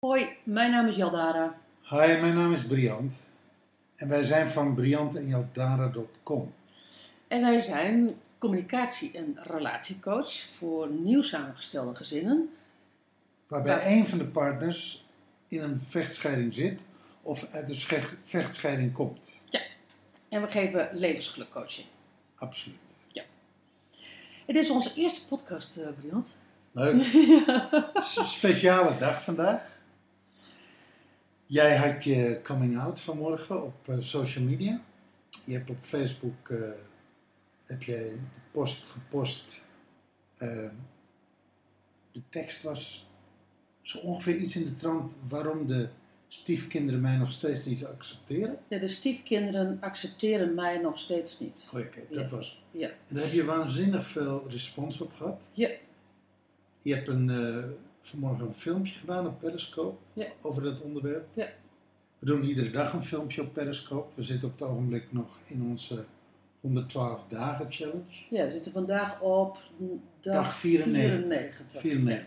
Hoi, mijn naam is Jaldara. Hi, mijn naam is Briant en wij zijn van briantenjaldara.com. En wij zijn communicatie- en relatiecoach voor nieuw samengestelde gezinnen. Waarbij een van de partners in een vechtscheiding zit of uit een vechtscheiding komt. Ja, en we geven levensgelukcoaching. Absoluut. Ja. Het is onze eerste podcast, Briant. Leuk. Speciale dag vandaag. Jij had je coming out vanmorgen op social media. Je hebt op Facebook heb jij de post gepost. De tekst was zo ongeveer iets in de trant waarom de stiefkinderen mij nog steeds niet accepteren. Ja, de stiefkinderen accepteren mij nog steeds niet. Oké, dat was het. Ja. En daar heb je waanzinnig veel respons op gehad. Ja. Je hebt vanmorgen een filmpje gedaan op Periscope over dat onderwerp. Ja. We doen iedere dag een filmpje op Periscope. We zitten op het ogenblik nog in onze 112 dagen challenge. Ja, we zitten vandaag op dag 94.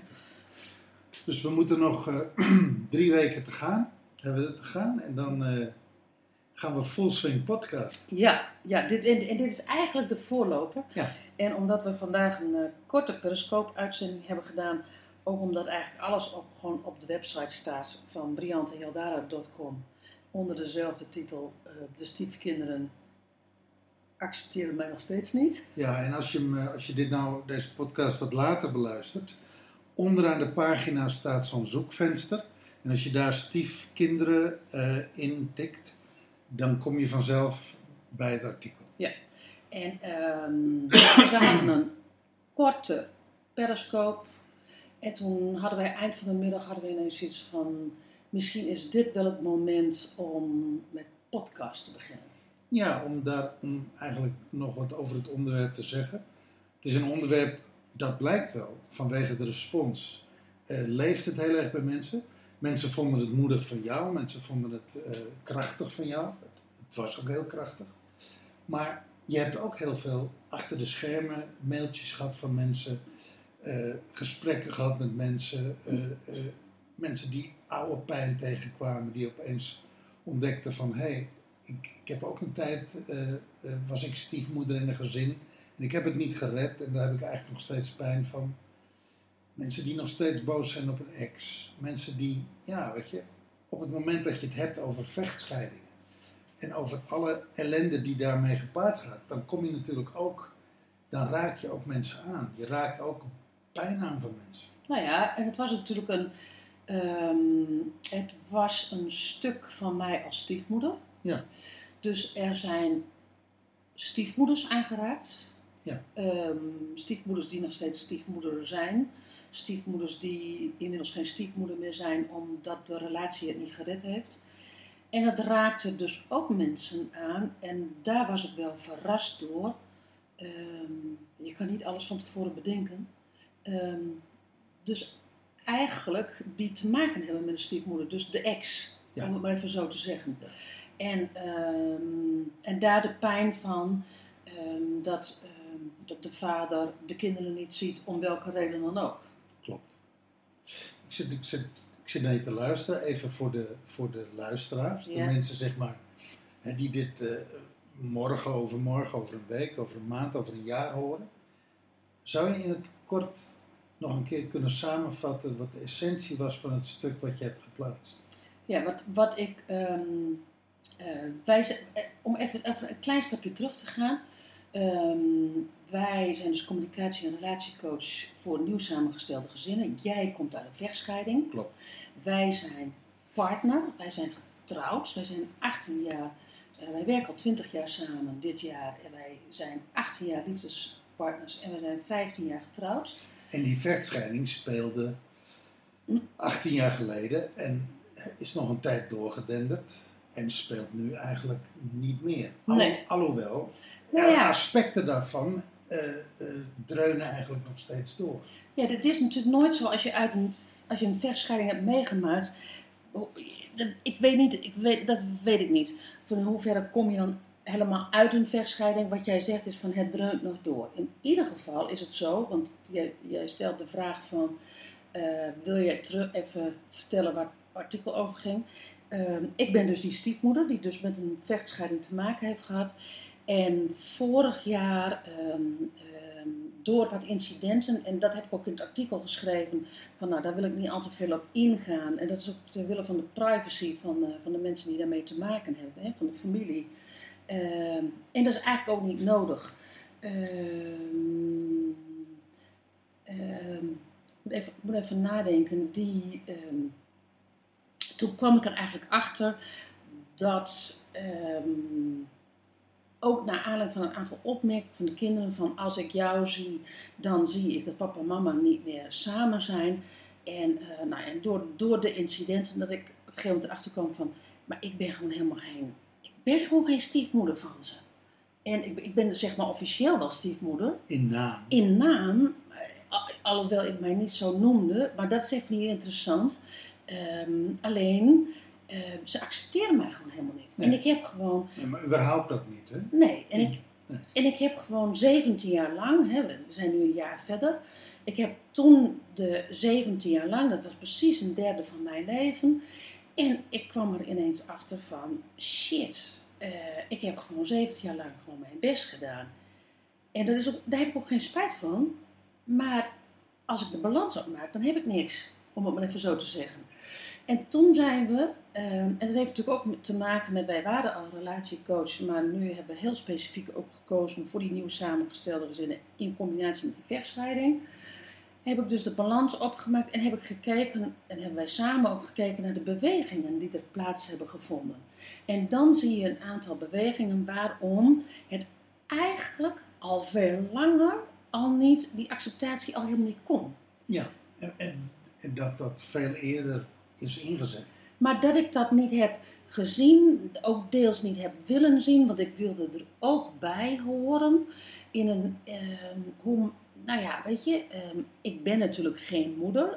Dus we moeten nog 3 weken te gaan. En dan gaan we full swing podcast. Ja, dit is eigenlijk de voorloper. Ja. En omdat we vandaag een korte Periscope-uitzending hebben gedaan, ook omdat eigenlijk alles gewoon op de website staat van briantenjaldara.com onder dezelfde titel, de stiefkinderen accepteren mij nog steeds niet. Ja, en als je deze podcast wat later beluistert, onderaan de pagina staat zo'n zoekvenster. En als je daar stiefkinderen intikt, dan kom je vanzelf bij het artikel. Ja, en we hadden een korte Periscope. En toen hadden wij eind van de middag ineens zoiets van, misschien is dit wel het moment om met podcast te beginnen. Ja, om eigenlijk nog wat over het onderwerp te zeggen. Het is een onderwerp dat blijkt wel, vanwege de respons, leeft het heel erg bij mensen. Mensen vonden het moedig van jou, mensen vonden het krachtig van jou. Het was ook heel krachtig. Maar je hebt ook heel veel achter de schermen mailtjes gehad van mensen, gesprekken gehad met mensen, mensen die oude pijn tegenkwamen, die opeens ontdekten van, hé, ik heb ook een tijd, was ik stiefmoeder in een gezin en ik heb het niet gered en daar heb ik eigenlijk nog steeds pijn van. Mensen die nog steeds boos zijn op een ex. Mensen die, ja, weet je, op het moment dat je het hebt over vechtscheidingen en over alle ellende die daarmee gepaard gaat, dan kom je natuurlijk ook, dan raak je ook mensen aan. Je raakt ook pijn aan van mensen. Nou ja, en het was natuurlijk het was een stuk van mij als stiefmoeder. Ja. Dus er zijn stiefmoeders aangeraakt. Ja. Stiefmoeders die nog steeds stiefmoeder zijn. Stiefmoeders die inmiddels geen stiefmoeder meer zijn omdat de relatie het niet gered heeft. En het raakte dus ook mensen aan. En daar was ik wel verrast door. Je kan niet alles van tevoren bedenken. Dus eigenlijk die te maken hebben met een stiefmoeder. Dus de ex, om het maar even zo te zeggen. Ja. En daar de pijn van dat de vader de kinderen niet ziet, om welke reden dan ook. Klopt. Ik zit naar je te luisteren, even voor de luisteraars. De mensen, zeg maar, die dit morgen, overmorgen, over een week, over een maand, over een jaar horen. Zou je in het kort nog een keer kunnen samenvatten wat de essentie was van het stuk wat je hebt geplaatst? Ja, wat ik... om even een klein stapje terug te gaan. Wij zijn dus communicatie- en relatiecoach voor nieuw samengestelde gezinnen. Jij komt uit een vechtscheiding. Klopt. Wij zijn partner. Wij zijn getrouwd. Wij zijn 18 jaar. Wij werken al 20 jaar samen dit jaar. En wij zijn 18 jaar liefdespartners. En we zijn 15 jaar getrouwd. En die vechtscheiding speelde 18 jaar geleden en is nog een tijd doorgedenderd. En speelt nu eigenlijk niet meer. Nee. Alhoewel, aspecten daarvan dreunen eigenlijk nog steeds door. Ja, het is natuurlijk nooit zo als je een vechtscheiding hebt meegemaakt. Ik weet niet, dat weet ik niet. Van in hoeverre kom je dan helemaal uit een vechtscheiding? Wat jij zegt is van het dreunt nog door. In ieder geval is het zo, want jij stelt de vraag van, wil je even vertellen artikel over ging. Ik ben dus die stiefmoeder die dus met een vechtscheiding te maken heeft gehad. En vorig jaar door wat incidenten, en dat heb ik ook in het artikel geschreven, van nou daar wil ik niet al te veel op ingaan. En dat is ook ter wille van de privacy van de mensen die daarmee te maken hebben, hè, van de familie. En dat is eigenlijk ook niet nodig. Ik moet even nadenken. Toen kwam ik er eigenlijk achter dat ook naar aanleiding van een aantal opmerkingen van de kinderen van als ik jou zie, dan zie ik dat papa en mama niet meer samen zijn. En door de incidenten dat ik op een gegeven moment erachter kwam van, maar ik ben gewoon geen stiefmoeder van ze. En ik ben zeg maar officieel wel stiefmoeder. In naam, alhoewel ik mij niet zo noemde, maar dat is even niet interessant. Alleen, ze accepteren mij gewoon helemaal niet. Nee. En ik heb gewoon... Nee, maar überhaupt ook niet, hè? Nee, en ik heb gewoon 17 jaar lang, hè, we zijn nu een jaar verder. Ik heb toen de 17 jaar lang, dat was precies een derde van mijn leven. En ik kwam er ineens achter van, shit, ik heb gewoon 17 jaar lang gewoon mijn best gedaan. En dat is ook, daar heb ik ook geen spijt van. Maar als ik de balans opmaak, dan heb ik niks. Om het maar even zo te zeggen. En toen zijn we, en dat heeft natuurlijk ook te maken met, wij waren al relatiecoach, maar nu hebben we heel specifiek ook gekozen voor die nieuw samengestelde gezinnen in combinatie met die vechtscheiding. Heb ik dus de balans opgemaakt en heb ik gekeken, en hebben wij samen ook gekeken naar de bewegingen die er plaats hebben gevonden. En dan zie je een aantal bewegingen waarom het eigenlijk al veel langer al niet, die acceptatie al helemaal niet kon. Ja, en dat veel eerder is ingezet. Maar dat ik dat niet heb gezien, ook deels niet heb willen zien, want ik wilde er ook bij horen. In een, ik ben natuurlijk geen moeder.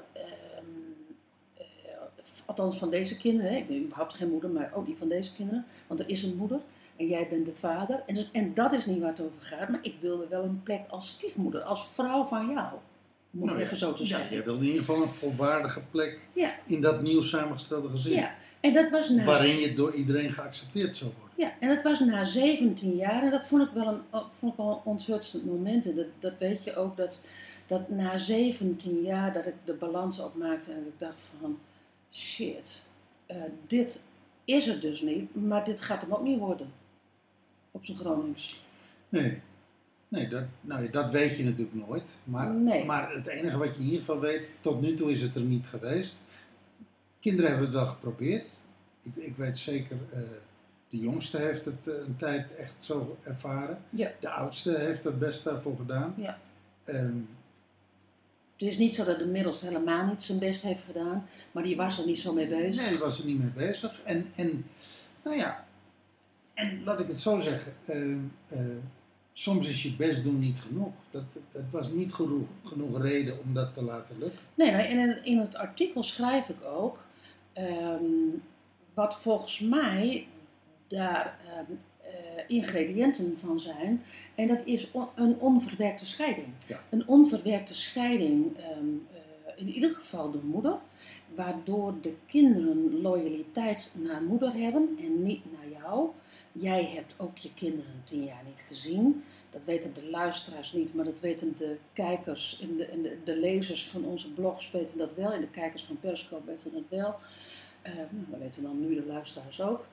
Althans van deze kinderen. Ik ben überhaupt geen moeder, maar ook niet van deze kinderen. Want er is een moeder en jij bent de vader. En dat is niet waar het over gaat, maar ik wilde wel een plek als stiefmoeder, als vrouw van jou. Moet ik even zo te zeggen. Ja, je wilde in ieder geval een volwaardige plek in dat nieuw samengestelde gezin. Ja, en dat was waarin je door iedereen geaccepteerd zou worden. Ja, en dat was na 17 jaar. En dat vond ik wel een onthutsend moment. En dat weet je ook, dat na 17 jaar dat ik de balans opmaakte en ik dacht van, shit, dit is het dus niet, maar dit gaat hem ook niet worden. Op zijn Gronings. Nee, dat weet je natuurlijk nooit. Maar het enige wat je in ieder geval weet, tot nu toe is het er niet geweest. Kinderen hebben het wel geprobeerd. Ik weet zeker, de jongste heeft het een tijd echt zo ervaren. Ja. De oudste heeft er best daarvoor gedaan. Ja. Het is niet zo dat de middelste helemaal niet zijn best heeft gedaan, maar die was er niet zo mee bezig. Nee, die was er niet mee bezig. En laat ik het zo zeggen, soms is je best doen niet genoeg. Dat was niet genoeg reden om dat te laten lukken. Nee, en in het artikel schrijf ik ook, wat volgens mij daar ingrediënten van zijn. En dat is een onverwerkte scheiding. Ja. Een onverwerkte scheiding, in ieder geval door moeder, waardoor de kinderen loyaliteit naar moeder hebben en niet naar jou. Jij hebt ook je kinderen 10 jaar niet gezien. Dat weten de luisteraars niet, maar dat weten de kijkers en de lezers van onze blogs weten dat wel. En de kijkers van Periscope weten dat wel. Dat weten dan nu de luisteraars ook.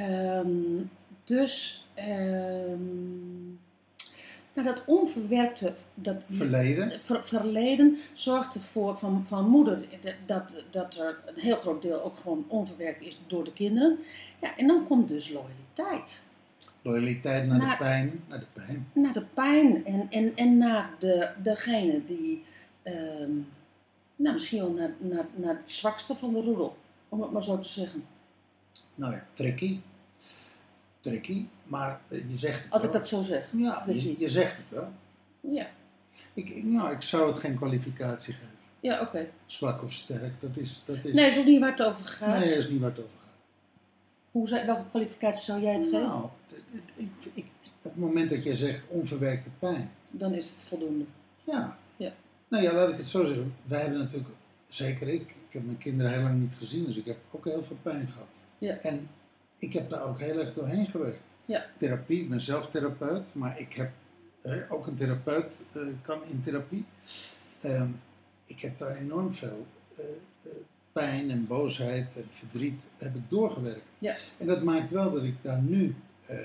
Dat onverwerkte verleden zorgt ervoor van moeder dat er een heel groot deel ook gewoon onverwerkt is door de kinderen. Ja, en dan komt dus loyaliteit. Loyaliteit naar de pijn. Naar de pijn en naar degene die misschien wel naar het zwakste van de roedel, om het maar zo te zeggen. Nou ja, tricky, maar je zegt het als wel. Ik dat zo zeg. Ja, je zegt het wel. Ja. Ik zou het geen kwalificatie geven. Ja, oké. Zwak of sterk, dat is... Nee, dat is ook niet waar het over gaat. Nee, dat is niet waar het over gaat. Welke kwalificatie zou jij het geven? Nou, op het moment dat je zegt onverwerkte pijn... Dan is het voldoende. Ja. Ja. Nou ja, laat ik het zo zeggen. Wij hebben natuurlijk, zeker ik heb mijn kinderen heel lang niet gezien, dus ik heb ook heel veel pijn gehad. Ja. En ik heb daar ook heel erg doorheen gewerkt. Ja. Therapie, ik ben zelf therapeut, maar ik heb ook een therapeut kan in therapie. Ik heb daar enorm veel pijn en boosheid en verdriet heb ik doorgewerkt. Ja. En dat maakt wel dat ik daar nu,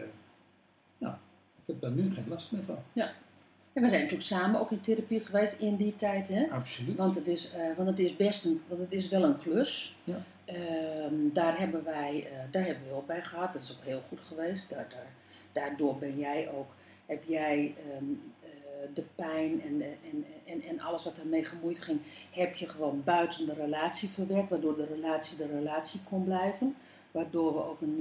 ik heb daar nu geen last meer van. Ja. En we zijn natuurlijk samen ook in therapie geweest in die tijd, hè? Absoluut. Want het is wel een klus. Ja. Daar hebben we hulp bij gehad. Dat is ook heel goed geweest. Daardoor heb jij de pijn en alles wat daarmee gemoeid ging, heb je gewoon buiten de relatie verwerkt, waardoor de relatie kon blijven. Waardoor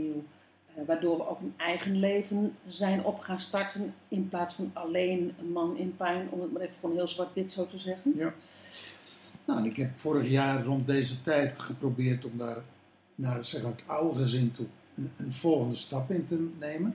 we ook een eigen leven zijn op gaan starten, in plaats van alleen een man in pijn, om het maar even gewoon heel zwart-wit zo te zeggen. Ja. Nou, en ik heb vorig jaar rond deze tijd geprobeerd om daar naar zeg maar, het oude gezin toe een volgende stap in te nemen.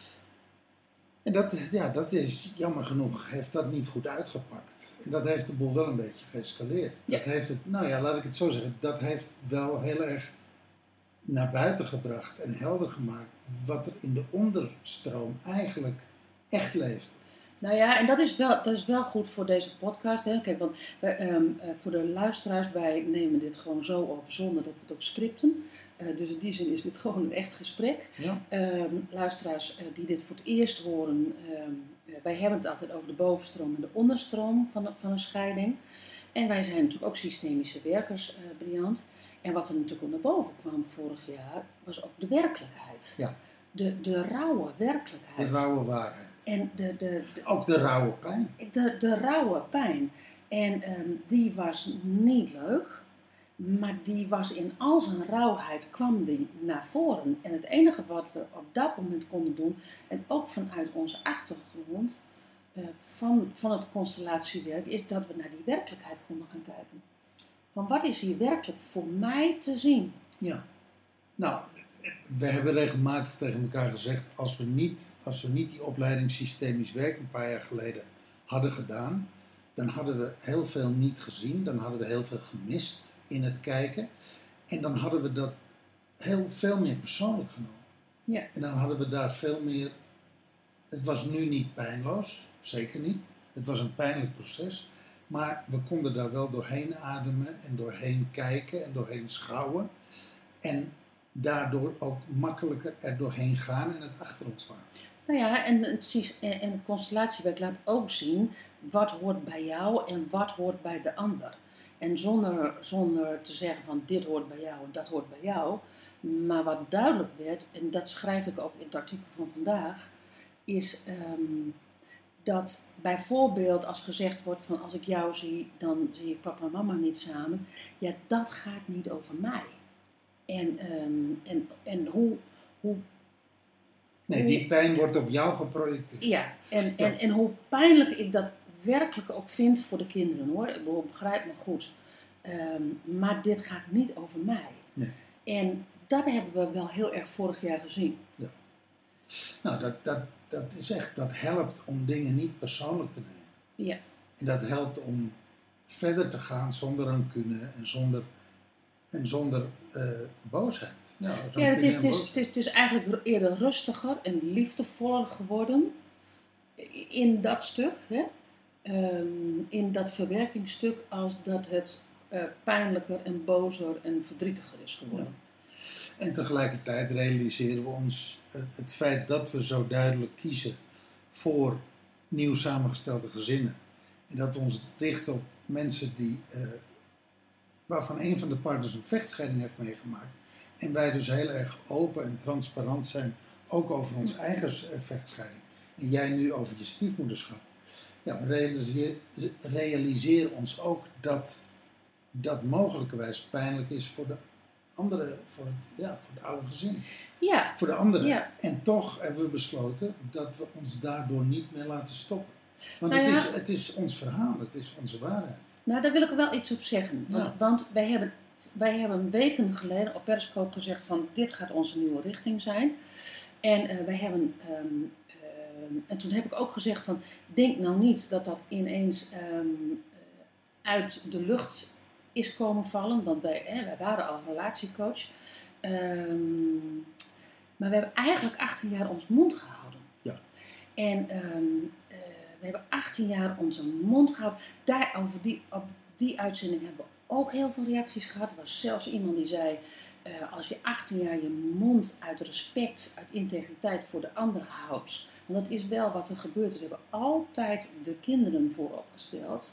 En dat is jammer genoeg, heeft dat niet goed uitgepakt. En dat heeft de boel wel een beetje geëscaleerd. Ja. Dat heeft laat ik het zo zeggen, dat heeft wel heel erg naar buiten gebracht en helder gemaakt wat er in de onderstroom eigenlijk echt leefde. Nou ja, en dat is wel goed voor deze podcast. Hè? Kijk, want voor de luisteraars, wij nemen dit gewoon zo op zonder dat we het ook scripten. Dus in die zin is dit gewoon een echt gesprek. Ja. Luisteraars die dit voor het eerst horen, wij hebben het altijd over de bovenstroom en de onderstroom van een scheiding. En wij zijn natuurlijk ook systemische werkers, Briant. En wat er natuurlijk ook naar boven kwam vorig jaar, was ook de werkelijkheid. Ja. De rauwe werkelijkheid. De rauwe waarheid. En ook de rauwe pijn. De rauwe pijn. En die was niet leuk, maar die was in al zijn rauwheid kwam die naar voren. En het enige wat we op dat moment konden doen, en ook vanuit onze achtergrond van het constellatiewerk, is dat we naar die werkelijkheid konden gaan kijken. Van wat is hier werkelijk voor mij te zien? Ja. Nou, we hebben regelmatig tegen elkaar gezegd, als we niet die opleiding systemisch werk een paar jaar geleden hadden gedaan, dan hadden we heel veel niet gezien, dan hadden we heel veel gemist in het kijken. En dan hadden we dat veel meer persoonlijk genomen. Ja. En dan hadden we daar veel meer... Het was nu niet pijnloos, zeker niet. Het was een pijnlijk proces. Maar we konden daar wel doorheen ademen en doorheen kijken en doorheen schouwen. En daardoor ook makkelijker er doorheen gaan en het achter ons laten. Nou ja, en het constellatiewerk laat ook zien wat hoort bij jou en wat hoort bij de ander. En zonder te zeggen van dit hoort bij jou en dat hoort bij jou. Maar wat duidelijk werd, en dat schrijf ik ook in het artikel van vandaag, is dat bijvoorbeeld als gezegd wordt van als ik jou zie, dan zie ik papa en mama niet samen. Ja, dat gaat niet over mij. En hoe... Nee, die pijn wordt op jou geprojecteerd. Ja, en hoe pijnlijk ik dat werkelijk ook vind voor de kinderen, hoor. Ik begrijp me goed. Maar dit gaat niet over mij. Nee. En dat hebben we wel heel erg vorig jaar gezien. Ja. Nou, dat is echt, dat helpt om dingen niet persoonlijk te nemen. Ja. En dat helpt om verder te gaan zonder rancune en zonder boosheid. Ja, het is eigenlijk eerder rustiger en liefdevoller geworden in dat stuk, hè? In dat verwerkingsstuk, als dat het pijnlijker en bozer en verdrietiger is geworden. Ja. En tegelijkertijd realiseren we ons het feit dat we zo duidelijk kiezen voor nieuw samengestelde gezinnen. En dat we ons richten op mensen waarvan een van de partners een vechtscheiding heeft meegemaakt. En wij dus heel erg open en transparant zijn, ook over ons eigen vechtscheiding. En jij nu over je stiefmoederschap. Ja, we realiseren ons ook dat mogelijkerwijs pijnlijk is voor de andere, voor de oude gezin. Ja. Voor de anderen. Ja. En toch hebben we besloten dat we ons daardoor niet meer laten stoppen. Want het is ons verhaal, het is onze waarheid. Nou, daar wil ik wel iets op zeggen. Want wij hebben weken geleden op Periscope gezegd van dit gaat onze nieuwe richting zijn. En en toen heb ik ook gezegd van denk nou niet dat ineens uit de lucht is komen vallen, want wij waren al relatiecoach. Maar we hebben eigenlijk 18 jaar ons mond gehouden. Ja. En we hebben 18 jaar onze mond gehouden. Op die uitzending hebben we ook heel veel reacties gehad. Er was zelfs iemand die zei, als je 18 jaar je mond uit respect, uit integriteit voor de ander houdt. Want dat is wel wat er gebeurt. Dus we hebben altijd de kinderen voorop gesteld.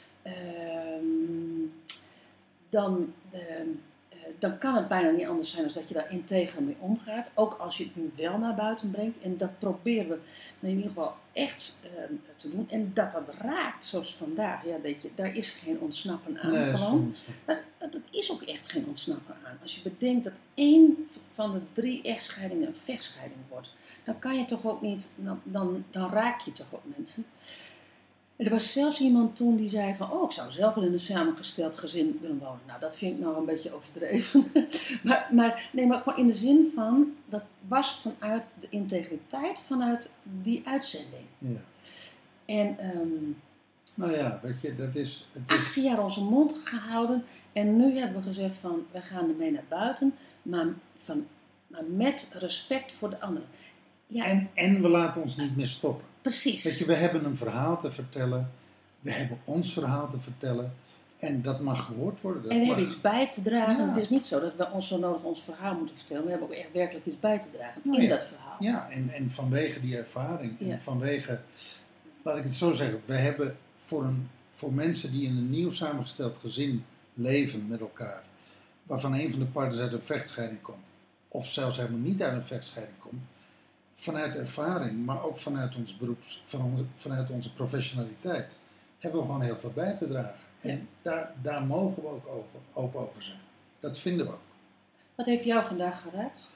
Dan kan het bijna niet anders zijn dan dat je daar integer mee omgaat. Ook als je het nu wel naar buiten brengt. En dat proberen we in ieder geval echt te doen. En dat raakt zoals vandaag. Ja, weet je, daar is geen ontsnappen aan. Nee, gewoon. Dat is ook echt geen ontsnappen aan. Als je bedenkt dat 1 van de 3 echtscheidingen een vechtscheiding wordt. Dan kan je toch ook niet, dan raak je toch ook mensen. Er was zelfs iemand toen die zei van, ik zou zelf wel in een samengesteld gezin willen wonen. Nou, dat vind ik nou een beetje overdreven. maar gewoon in de zin van, dat was vanuit de integriteit, vanuit die uitzending. Ja. En nou ja, weet je, het is 18 jaar onze mond gehouden. En nu hebben we gezegd van, we gaan ermee naar buiten. Maar met respect voor de anderen. Ja. En we laten ons niet meer stoppen. Precies. Weet je, we hebben een verhaal te vertellen. We hebben ons verhaal te vertellen. En dat mag gehoord worden. En we hebben iets bij te dragen. Ja. Het is niet zo dat we ons zo nodig ons verhaal moeten vertellen. We hebben ook echt werkelijk iets bij te dragen in dat verhaal. Ja, en vanwege die ervaring. En vanwege, laat ik het zo zeggen. We hebben voor mensen die in een nieuw samengesteld gezin leven met elkaar. Waarvan een van de partners uit een vechtscheiding komt. Of zelfs helemaal niet uit een vechtscheiding komt. Vanuit ervaring, maar ook vanuit ons vanuit onze professionaliteit, hebben we gewoon heel veel bij te dragen. En daar mogen we ook open over zijn. Dat vinden we ook. Wat heeft jou vandaag geraakt?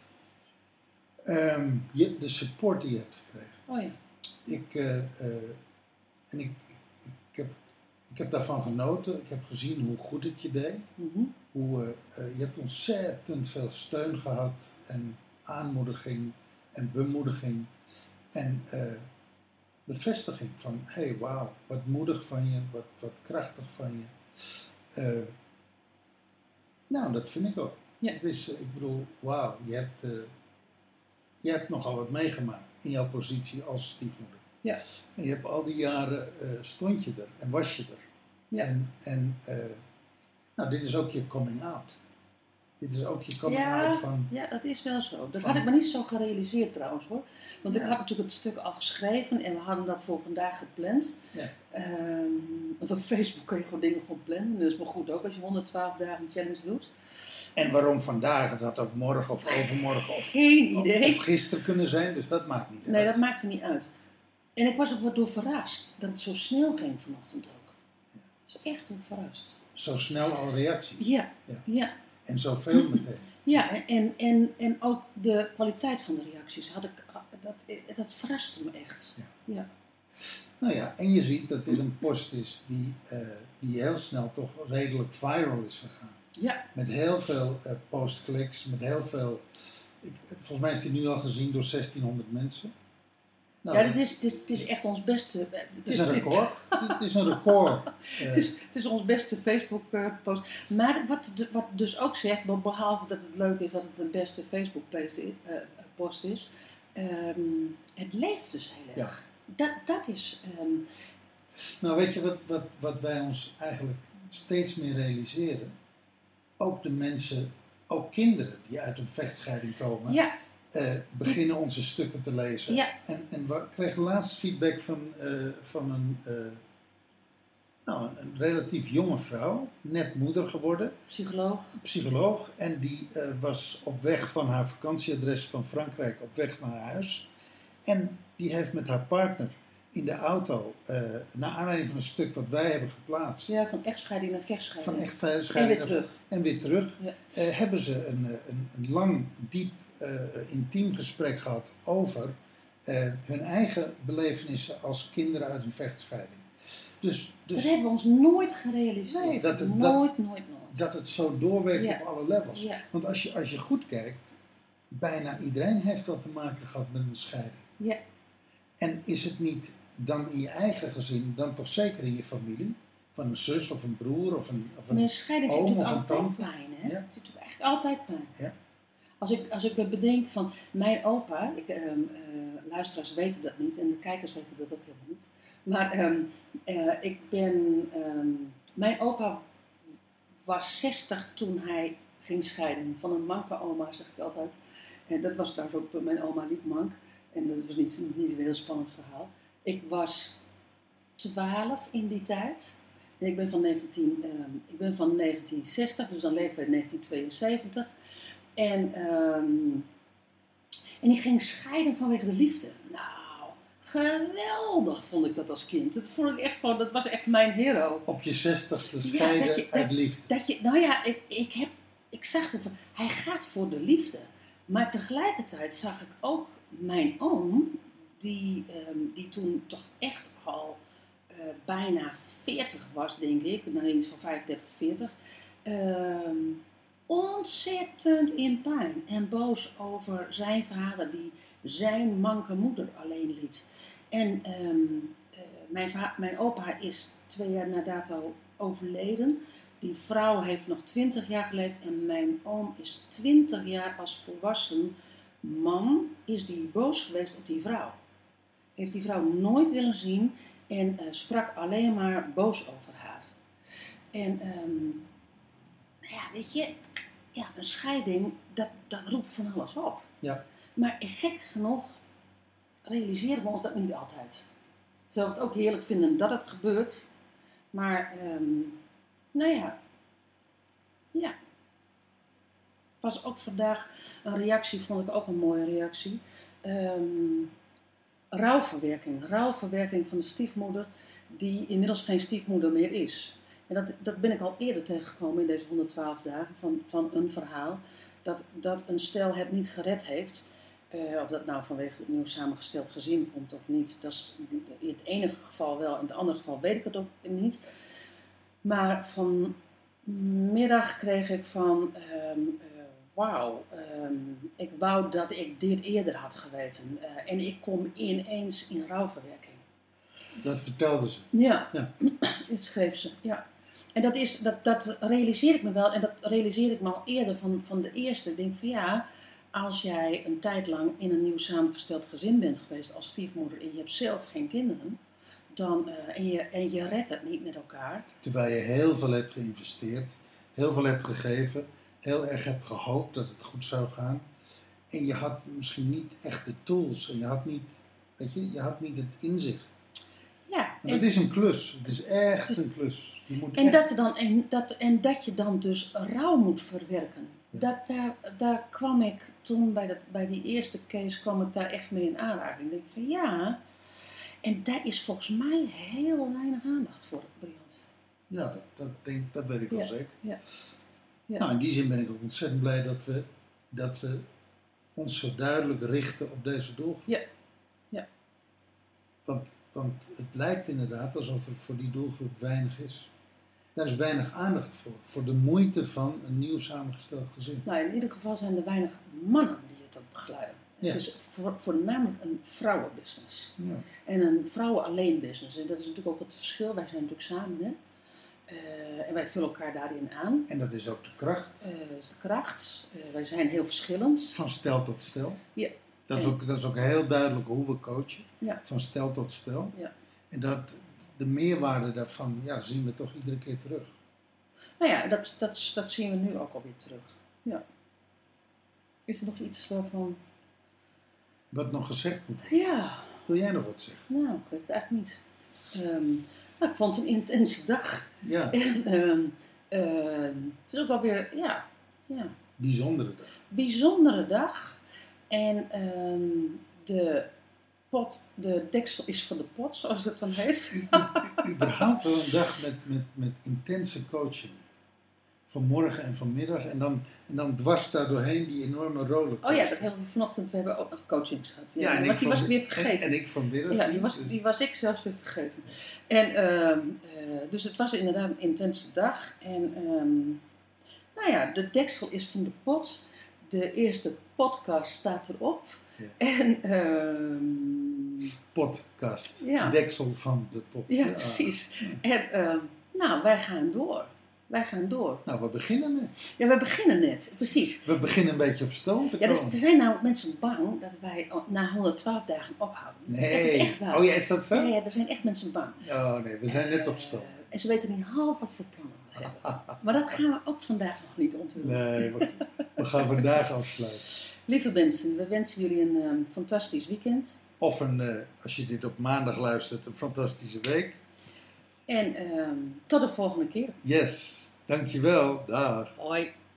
De support die je hebt gekregen. Oh ja. Ik heb daarvan genoten. Ik heb gezien hoe goed het je deed. Mm-hmm. Je hebt ontzettend veel steun gehad en aanmoediging en bemoediging en bevestiging van, hey, wauw, wat moedig van je, wat krachtig van je. Nou, dat vind ik ook. Ja. Het is, ik bedoel, wauw, je hebt nogal wat meegemaakt in jouw positie als stiefmoeder. Ja. En je hebt al die jaren, stond je er en was je er. Ja. Nou, dit is ook je coming out. Dit is ook je coming out van... Ja, dat is wel zo. Dat had ik me niet zo gerealiseerd trouwens hoor. Want ik had natuurlijk het stuk al geschreven en we hadden dat voor vandaag gepland. Ja. Want op Facebook kun je gewoon dingen plannen. En dat is maar goed ook als je 112 dagen challenge doet. En waarom vandaag, dat had ook morgen of overmorgen of, geen idee. Of gisteren kunnen zijn, dus dat maakt niet uit. Nee, dat maakt er niet uit. En ik was er door verrast dat het zo snel ging vanochtend ook. Ik was echt door verrast. Zo snel al reacties. Ja. En zoveel meteen. Ja, en ook de kwaliteit van de reacties. Dat verraste me echt. Ja. Nou ja, en je ziet dat dit een post is die heel snel toch redelijk viral is gegaan. Ja. Met heel veel postkliks, met heel veel... volgens mij is die nu al gezien door 1600 mensen. Nou, ja, het is echt ons beste... Het is een record. Het is een record. Het is ons beste Facebook-post. Maar wat dus ook zegt, behalve dat het leuk is dat het een beste Facebook-post is, het leeft dus heel erg. Ja. Dat is... Nou, weet je wat wij ons eigenlijk steeds meer realiseren? Ook de mensen, ook kinderen die uit een vechtscheiding komen... Ja. Beginnen onze stukken te lezen. Ja. En we kregen laatst feedback van een relatief jonge vrouw, net moeder geworden. Psycholoog. En die was op weg van haar vakantieadres van Frankrijk op weg naar huis. En die heeft met haar partner in de auto, naar aanleiding van een stuk wat wij hebben geplaatst. Ja, van echtscheiding naar vechtscheiding. Van echtscheiding en weer terug. Ja. Hebben ze een lang, diep, intiem gesprek gehad over hun eigen belevenissen als kinderen uit een vechtscheiding. Dus, dat hebben we ons nooit gerealiseerd. Nee, nooit. Dat het zo doorwerkt op alle levels. Ja. Want als je goed kijkt, bijna iedereen heeft wel te maken gehad met een scheiding. Ja. En is het niet dan in je eigen gezin, dan toch zeker in je familie, van een zus of een broer of een Maar een scheiding zit oom natuurlijk of een altijd tante. pijn, hè? Ja. Het zit natuurlijk eigenlijk altijd pijn. Ja. Als ik me bedenk van mijn opa, luisteraars weten dat niet en de kijkers weten dat ook helemaal niet. Maar mijn opa was 60 toen hij ging scheiden. Van een manke oma, zeg ik altijd. En dat was trouwens ook, mijn oma liep mank. En dat was niet een heel spannend verhaal. Ik was 12 in die tijd. En ik ben van 1960, dus dan leven we in 1972. En ik ging scheiden vanwege de liefde. Nou, geweldig vond ik dat als kind. Dat vond ik echt gewoon, dat was echt mijn hero. Op je 60ste scheiden uit liefde. Nou ja, ik zag het van, hij gaat voor de liefde. Maar tegelijkertijd zag ik ook mijn oom, die toen toch echt al bijna 40 was, denk ik. Nou, iets van 35, 40. Ontzettend in pijn en boos over zijn vader die zijn manke moeder alleen liet. En mijn opa is 2 jaar na dato overleden. Die vrouw heeft nog 20 jaar geleefd en mijn oom is 20 jaar als volwassen man is die boos geweest op die vrouw. Heeft die vrouw nooit willen zien en sprak alleen maar boos over haar. En ja, weet je, ja, een scheiding, dat roept van alles op. Ja. Maar gek genoeg realiseren we ons dat niet altijd. Terwijl we het ook heerlijk vinden dat het gebeurt. Maar, nou ja. Ja. Was ook vandaag een reactie, vond ik ook een mooie reactie. Rouwverwerking van de stiefmoeder, die inmiddels geen stiefmoeder meer is. En dat ben ik al eerder tegengekomen in deze 112 dagen van een verhaal. Dat een stel het niet gered heeft. Of dat nou vanwege het nieuw samengesteld gezin komt of niet. Dat is in het ene geval wel, in het andere geval weet ik het ook niet. Maar vanmiddag kreeg ik van... wauw, ik wou dat ik dit eerder had geweten. En ik kom ineens in rouwverwerking. Dat vertelde ze. Ja. Dat schreef ze, ja. En dat realiseer ik me wel. En dat realiseer ik me al eerder van de eerste. Ik denk van ja, als jij een tijd lang in een nieuw samengesteld gezin bent geweest als stiefmoeder en je hebt zelf geen kinderen, en je redt het niet met elkaar. Terwijl je heel veel hebt geïnvesteerd, heel veel hebt gegeven, heel erg hebt gehoopt dat het goed zou gaan. En je had misschien niet echt de tools en je had niet het inzicht. Ja, het is een klus. Het is echt een klus. Je moet dat je dan dus rouw moet verwerken. Ja. Daar kwam ik toen bij die eerste case kwam ik daar echt mee in aanraking. Ik denk van ja, en daar is volgens mij heel weinig aandacht voor, Briant. Ja, dat weet ik wel zeker. Ja. Ja. Nou, in die zin ben ik ook ontzettend blij dat we ons zo duidelijk richten op deze doelgroep. Ja. Want het lijkt inderdaad alsof er voor die doelgroep weinig is. Daar is weinig aandacht voor de moeite van een nieuw samengesteld gezin. Nou, in ieder geval zijn er weinig mannen die het ook begeleiden. Ja. Het is voornamelijk een vrouwenbusiness. Ja. En een vrouwen-alleen business. En dat is natuurlijk ook het verschil. Wij zijn natuurlijk samen, hè. En wij vullen elkaar daarin aan. En dat is ook de kracht. Dat is de kracht. Wij zijn heel verschillend. Van stel tot stel. Ja. Dat is ook heel duidelijk hoe we coachen. Ja. Van stel tot stel. Ja. En de meerwaarde daarvan zien we toch iedere keer terug. Nou ja, dat zien we nu ook alweer terug. Ja. Is er nog iets waarvan... Wat nog gezegd moet worden? Ja. Wil jij nog wat zeggen? Nou, ik weet het eigenlijk niet. Ik vond het een intense dag. Ja. En, het is ook alweer, ja. Bijzondere dag. Bijzondere dag. En de deksel is van de pot, zoals het dan heet. Überhaupt wel een dag met intense coaching. Vanmorgen en vanmiddag. En dan dwars daar doorheen die enorme rollercoaster. Oh ja, dat hebben we vanochtend. We hebben ook nog coachings gehad. Ja, en die was ik weer vergeten. En ik vanmiddag. Ja, die was ik zelfs weer vergeten. En dus het was inderdaad een intense dag. En nou ja, de deksel is van de pot. De eerste podcast staat erop. Ja. En podcast. Ja. Deksel van de pot. Ja, precies. En Nou, wij gaan door. Nou, we beginnen net. Ja, we beginnen net, precies. We beginnen een beetje op stoom te Ja, komen. dus er zijn nou mensen bang dat wij na 112 dagen ophouden. Dat is Nee. echt waar. Oh ja, is dat zo? Ja, er zijn echt mensen bang. Oh nee, we zijn net op stoom. En ze weten niet half wat voor plannen we hebben. Maar dat gaan we ook vandaag nog niet onthullen. Nee, we gaan vandaag afsluiten. Lieve mensen, we wensen jullie een fantastisch weekend. Of als je dit op maandag luistert, een fantastische week. En tot de volgende keer. Yes, dankjewel. Dag. Hoi.